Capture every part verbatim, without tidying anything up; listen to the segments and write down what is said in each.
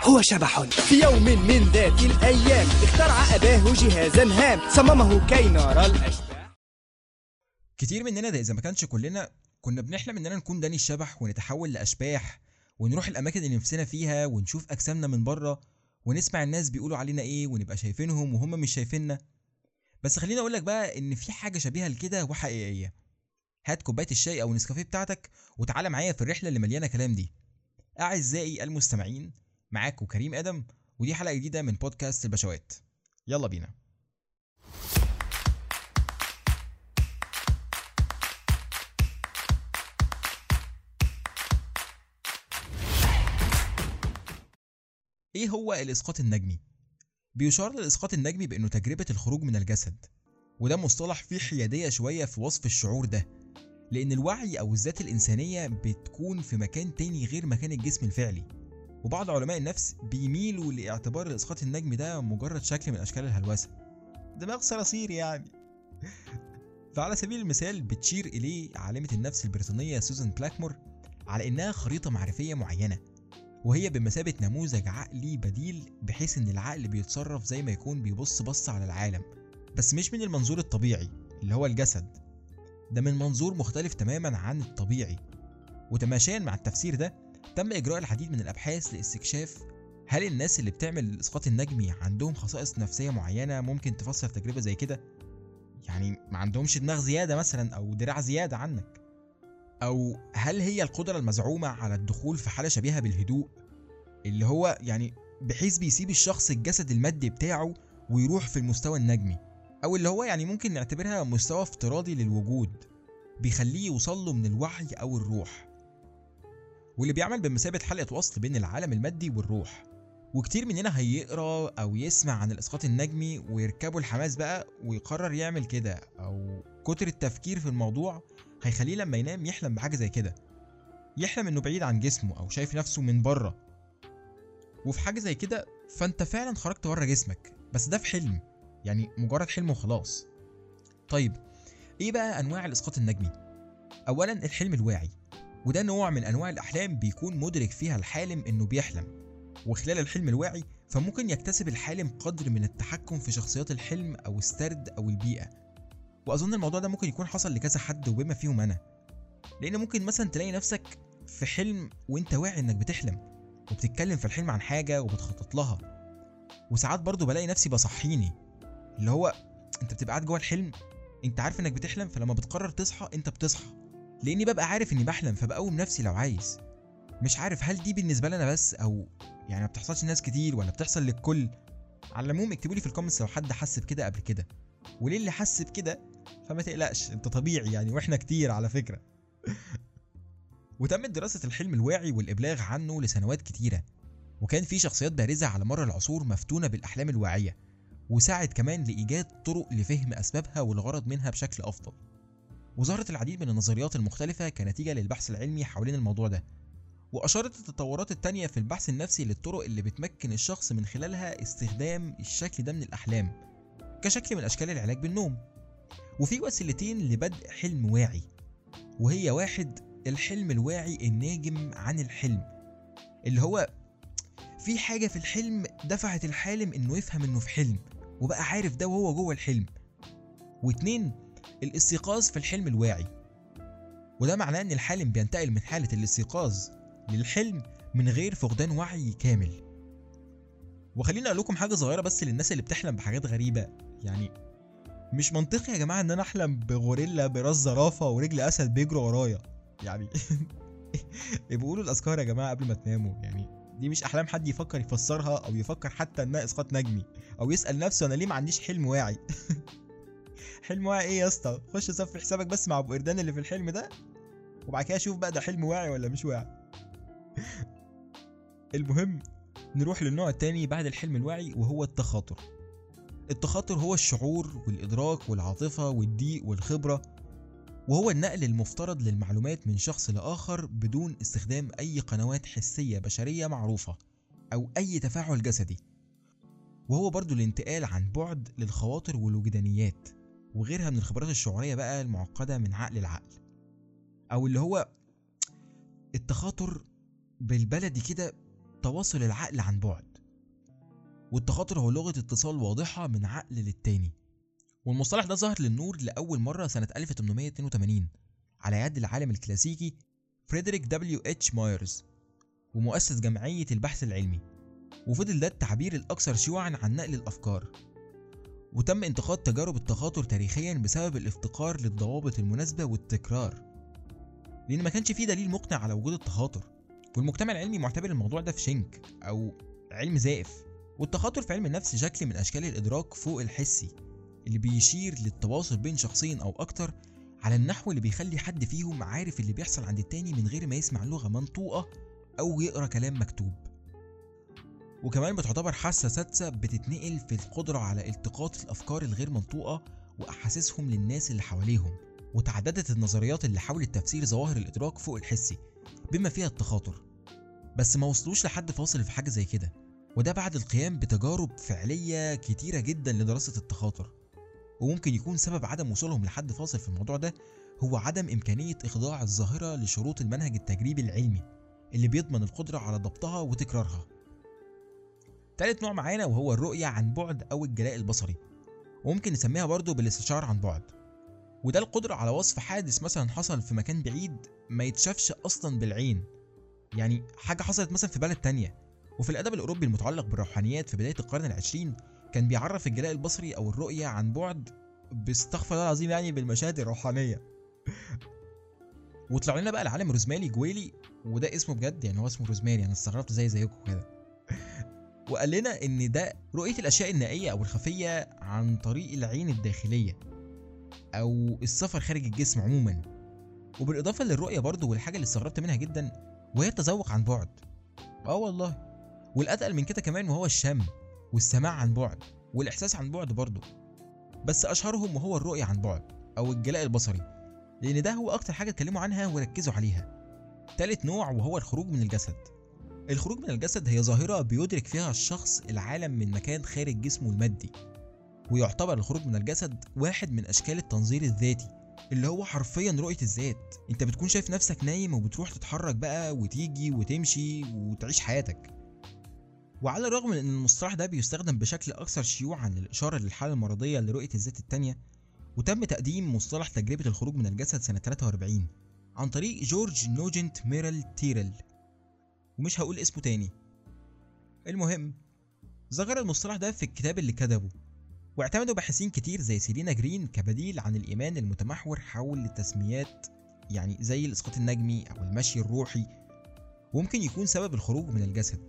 هو شبح. في يوم من ذات الأيام اخترع أباه جهازا هام صممه كي نرى الأشباح. كتير مننا ده إذا ما كانش كلنا كنا بنحلم إننا نكون داني الشبح ونتحول لأشباح ونروح الأماكن اللي نفسنا فيها ونشوف أجسامنا من بره ونسمع الناس بيقولوا علينا إيه ونبقى شايفينهم وهم مش شايفيننا. بس خليني أقولك بقى إن في حاجة شبيهة لكده وحقيقية. هات كوباية الشاي أو النسكافيه بتاعتك وتعالى معايا في الرحلة اللي مليانة كلام دي. أعزائي المستمعين، معاكم كريم آدم، ودي حلقة جديدة من بودكاست البشوات. يلا بينا. ايه هو الاسقاط النجمي؟ بيشار للاسقاط النجمي بانه تجربة الخروج من الجسد، وده مصطلح فيه حيادية شوية في وصف الشعور ده، لان الوعي او الذات الانسانية بتكون في مكان تاني غير مكان الجسم الفعلي. وبعض علماء النفس بيميلوا لاعتبار الاسقاط النجمي ده مجرد شكل من اشكال الهلوسة، دماغ صراصير يعني. فعلى سبيل المثال بتشير اليه عالمة النفس البريطانية سوزان بلاكمور على انها خريطة معرفية معينة، وهي بمثابة نموذج عقلي بديل، بحيث ان العقل بيتصرف زي ما يكون بيبص بص على العالم، بس مش من المنظور الطبيعي اللي هو الجسد، ده من منظور مختلف تماما عن الطبيعي. وتماشيا مع التفسير ده تم اجراء العديد من الابحاث لاستكشاف هل الناس اللي بتعمل الاسقاط النجمي عندهم خصائص نفسية معينة ممكن تفسر تجربة زي كده. يعني ما عندهمش دماغ زيادة مثلا او دراع زيادة عنك، او هل هي القدرة المزعومة على الدخول في حالة شبيهة بالهدوء، اللي هو يعني بحيث بيسيب الشخص الجسد المادي بتاعه ويروح في المستوى النجمي، او اللي هو يعني ممكن نعتبرها مستوى افتراضي للوجود بيخليه يوصل له من الوعي او الروح، واللي بيعمل بمثابة حلقة وصل بين العالم المادي والروح. وكتير مننا هيقرأ او يسمع عن الاسقاط النجمي ويركبوا الحماس بقى ويقرر يعمل كده، او كتر التفكير في الموضوع هيخليه لما ينام يحلم بحاجة زي كده، يحلم انه بعيد عن جسمه او شايف نفسه من بره. وفي حاجة زي كده فانت فعلا خرجت بره جسمك، بس ده في حلم، يعني مجرد حلم وخلاص. طيب ايه بقى انواع الاسقاط النجمي؟ اولا الحلم الواعي، وده نوع من انواع الاحلام بيكون مدرك فيها الحالم انه بيحلم، وخلال الحلم الواعي فممكن يكتسب الحالم قدر من التحكم في شخصيات الحلم او السرد او البيئة. واظن الموضوع ده ممكن يكون حصل لكذا حد وبما فيهم انا، لان ممكن مثلا تلاقي نفسك في حلم وانت واعي انك بتحلم وبتتكلم في الحلم عن حاجة وبتخطط لها. وساعات برضو بلاقي نفسي بصحيني، اللي هو انت بتبقى قاعد جوه الحلم، انت عارف انك بتحلم، فلما بتقرر تصحى انت بتصحى، لاني ببقى عارف اني بحلم فبقوم نفسي لو عايز. مش عارف هل دي بالنسبة لنا بس، او يعني ما بتحصلش لناس كتير ولا بتحصل للكل. على العموم اكتبوا لي في الكومنتس لو حد حس بكده قبل كده، وليه اللي حس بكده فما تقلقش انت طبيعي يعني، واحنا كتير على فكرة. وتمت دراسة الحلم الواعي والإبلاغ عنه لسنوات كتيرة، وكان في شخصيات بارزة على مر العصور مفتونة بالأحلام الواعية، وساعد كمان لإيجاد طرق لفهم أسبابها والغرض منها بشكل أفضل. وظهرت العديد من النظريات المختلفة كنتيجة للبحث العلمي حوالين الموضوع ده، وأشارت التطورات التانية في البحث النفسي للطرق اللي بتمكن الشخص من خلالها استخدام الشكل ده من الأحلام كشكل من أشكال العلاج بالنوم. وفي وسيلتين لبدء حلم واعي، وهي واحد الحلم الواعي الناجم عن الحلم، اللي هو في حاجة في الحلم دفعت الحالم انه يفهم انه في حلم وبقى عارف ده وهو جوه الحلم. واتنين الاستيقاظ في الحلم الواعي، وده معناه ان الحالم بينتقل من حالة الاستيقاظ للحلم من غير فقدان وعي كامل. وخليني اقول لكم حاجة صغيرة بس للناس اللي بتحلم بحاجات غريبة، يعني مش منطقي يا جماعة ان انا احلم بغوريلا براس زرافة ورجل اسد بيجروا ورايا، يعني بيقولوا الاذكار يا جماعة قبل ما تناموا، يعني دي مش احلام حد يفكر يفسرها او يفكر حتى انها اسقاط نجمي، او يسأل نفسه انا ليه ما عنديش حلم واعي. حلم واعي ايه يا اسطى؟ خش صفي حسابك بس مع ابو قردان اللي في الحلم ده، وبعد كده شوف بقى ده حلم واعي ولا مش واعي. المهم نروح للنوع التاني بعد الحلم الواعي، وهو التخاطر. التخاطر هو الشعور والادراك والعاطفة والضيق والخبرة، وهو النقل المفترض للمعلومات من شخص لآخر بدون استخدام أي قنوات حسية بشرية معروفة أو أي تفاعل جسدي. وهو برضو الانتقال عن بعد للخواطر والوجدانيات وغيرها من الخبرات الشعورية بقى المعقدة من عقل العقل، أو اللي هو التخاطر بالبلدي كده تواصل العقل عن بعد. والتخاطر هو لغة اتصال واضحة من عقل للتاني. والمصطلح ده ظهر للنور لأول مرة سنة ألف وثمانمائة واثنين وثمانين على يد العالم الكلاسيكي فريدريك دبليو اتش مايرز ومؤسس جمعية البحث العلمي. وفضل ده التعبير الأكثر شيوعا عن نقل الأفكار. وتم انتقاد تجارب التخاطر تاريخيا بسبب الافتقار للضوابط المناسبة والتكرار، لأن ما كانش فيه دليل مقنع على وجود التخاطر. والمجتمع العلمي معتبر الموضوع ده في شنك أو علم زائف. والتخاطر في علم النفس شكل من أشكال الإدراك فوق الحسي اللي بيشير للتواصل بين شخصين أو أكتر على النحو اللي بيخلي حد فيهم عارف اللي بيحصل عند التاني من غير ما يسمع لغة منطوقة أو يقرأ كلام مكتوب. وكمان بتعتبر حاسة سادسة بتتنقل في القدرة على التقاط الأفكار الغير منطوقة وأحاسيسهم للناس اللي حواليهم. وتعددت النظريات اللي حاولت تفسير ظواهر الإدراك فوق الحسي بما فيها التخاطر، بس ما وصلوش لحد فاصل في حاجة زي كده. وده بعد القيام بتجارب فعلية كتيرة جدا لدراسة التخاطر. وممكن يكون سبب عدم وصولهم لحد فاصل في الموضوع ده هو عدم إمكانية إخضاع الظاهرة لشروط المنهج التجريبي العلمي اللي بيضمن القدرة على ضبطها وتكرارها. تالت نوع معانا وهو الرؤية عن بعد أو الجلاء البصري، وممكن نسميها برضو بالاستشعار عن بعد. وده القدرة على وصف حادث مثلا حصل في مكان بعيد ما يتشافش أصلا بالعين، يعني حاجة حصلت مثلا في بلد تانية. وفي الأدب الأوروبي المتعلق بالروحانيات في بداية القرن العشرين كان بيعرف الجلاء البصري أو الرؤية عن بعد باستغفر الله العظيم يعني بالمشاهد الروحانية. وطلع لنا بقى العالم روزماري جويلي، وده اسمه بجد يعني هو اسمه روزماري، أنا استغربت زي زيكم كده. وقال لنا إن ده رؤية الأشياء النائية أو الخفية عن طريق العين الداخلية أو السفر خارج الجسم عموما. وبالإضافة للرؤية برضو والحاجة اللي استغربت منها جدا وهي التذوق عن بعد. اه والله. والأتقل من كده كمان وهو الشم والسماع عن بعد والإحساس عن بعد برضو، بس أشهرهم وهو الرؤية عن بعد أو الجلاء البصري، لأن ده هو أكتر حاجة اتكلموا عنها وركزوا عليها. تالت نوع وهو الخروج من الجسد. الخروج من الجسد هي ظاهرة بيدرك فيها الشخص العالم من مكان خارج جسمه المادي. ويعتبر الخروج من الجسد واحد من أشكال التنظير الذاتي اللي هو حرفيا رؤية الذات. انت بتكون شايف نفسك نايم وبتروح تتحرك بقى وتيجي وتمشي وتعيش حياتك. وعلى الرغم من ان المصطلح ده بيستخدم بشكل اكثر شيوعا للاشاره للحاله المرضيه لرؤيه الذات التانية، وتم تقديم مصطلح تجربه الخروج من الجسد سنه ثلاثة وأربعين عن طريق جورج نوجنت ميرل تيرل، ومش هقول اسمه تاني. المهم ذكر المصطلح ده في الكتاب اللي كتبه، واعتمدوا باحثين كتير زي سيلينا جرين كبديل عن الايمان المتمحور حول التسميات يعني زي الاسقاط النجمي او المشي الروحي، وممكن يكون سبب الخروج من الجسد.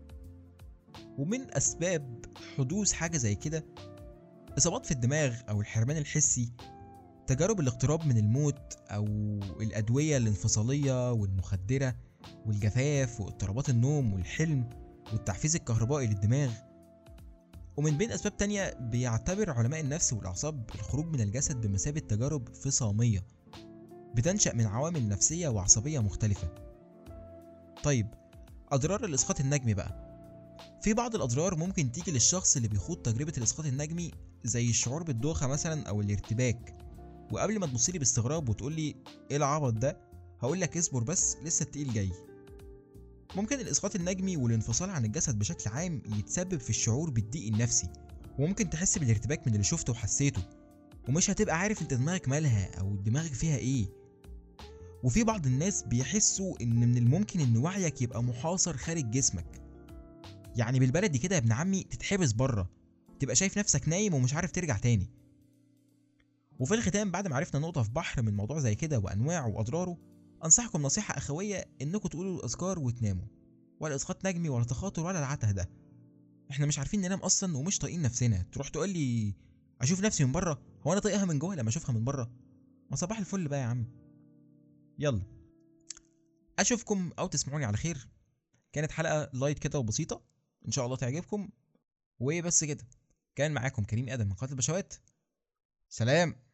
ومن أسباب حدوث حاجة زي كده إصابات في الدماغ أو الحرمان الحسي، تجارب الاقتراب من الموت أو الأدوية الانفصالية والمخدرة والجفاف واضطرابات النوم والحلم والتحفيز الكهربائي للدماغ. ومن بين أسباب تانية بيعتبر علماء النفس والأعصاب الخروج من الجسد بمثابة تجارب فصامية بتنشأ من عوامل نفسية وعصبية مختلفة. طيب أضرار الإسقاط النجمي بقى. في بعض الأضرار ممكن تيجي للشخص اللي بيخوض تجربة الإسقاط النجمي زي الشعور بالدوخة مثلا أو الارتباك. وقبل ما تبصيلي باستغراب وتقولي إيه العبط ده، هقولك اصبر بس لسه التقيل جاي. ممكن الإسقاط النجمي والانفصال عن الجسد بشكل عام يتسبب في الشعور بالضيق النفسي، وممكن تحس بالارتباك من اللي شفته وحسيته، ومش هتبقى عارف انت دماغك مالها أو دماغك فيها إيه. وفي بعض الناس بيحسوا إن من الممكن إن وعيك يبقى محاصر خارج جسمك، يعني بالبلدي كده يا ابن عمي تتحبس بره، تبقى شايف نفسك نايم ومش عارف ترجع تاني. وفي الختام بعد ما عرفنا نقطة في بحر من موضوع زي كده وأنواعه وأضراره، أنصحكم نصيحة أخوية إنكم تقولوا الأذكار وتناموا، ولا إسقاط نجمي ولا تخاطر ولا العته ده. إحنا مش عارفين ننام أصلا ومش طايقين نفسنا، تروح تقول لي أشوف نفسي من بره، هو أنا طايقها من جوه لما أشوفها من بره؟ ما صباح الفل بقى يا عم. يلا أشوفكم أو تسمعوني على خير. كانت حلقة لايت كده وبسيطة إن شاء الله تعجبكم، وبس كده. كان معاكم كريم آدم من قناة البشوات. سلام.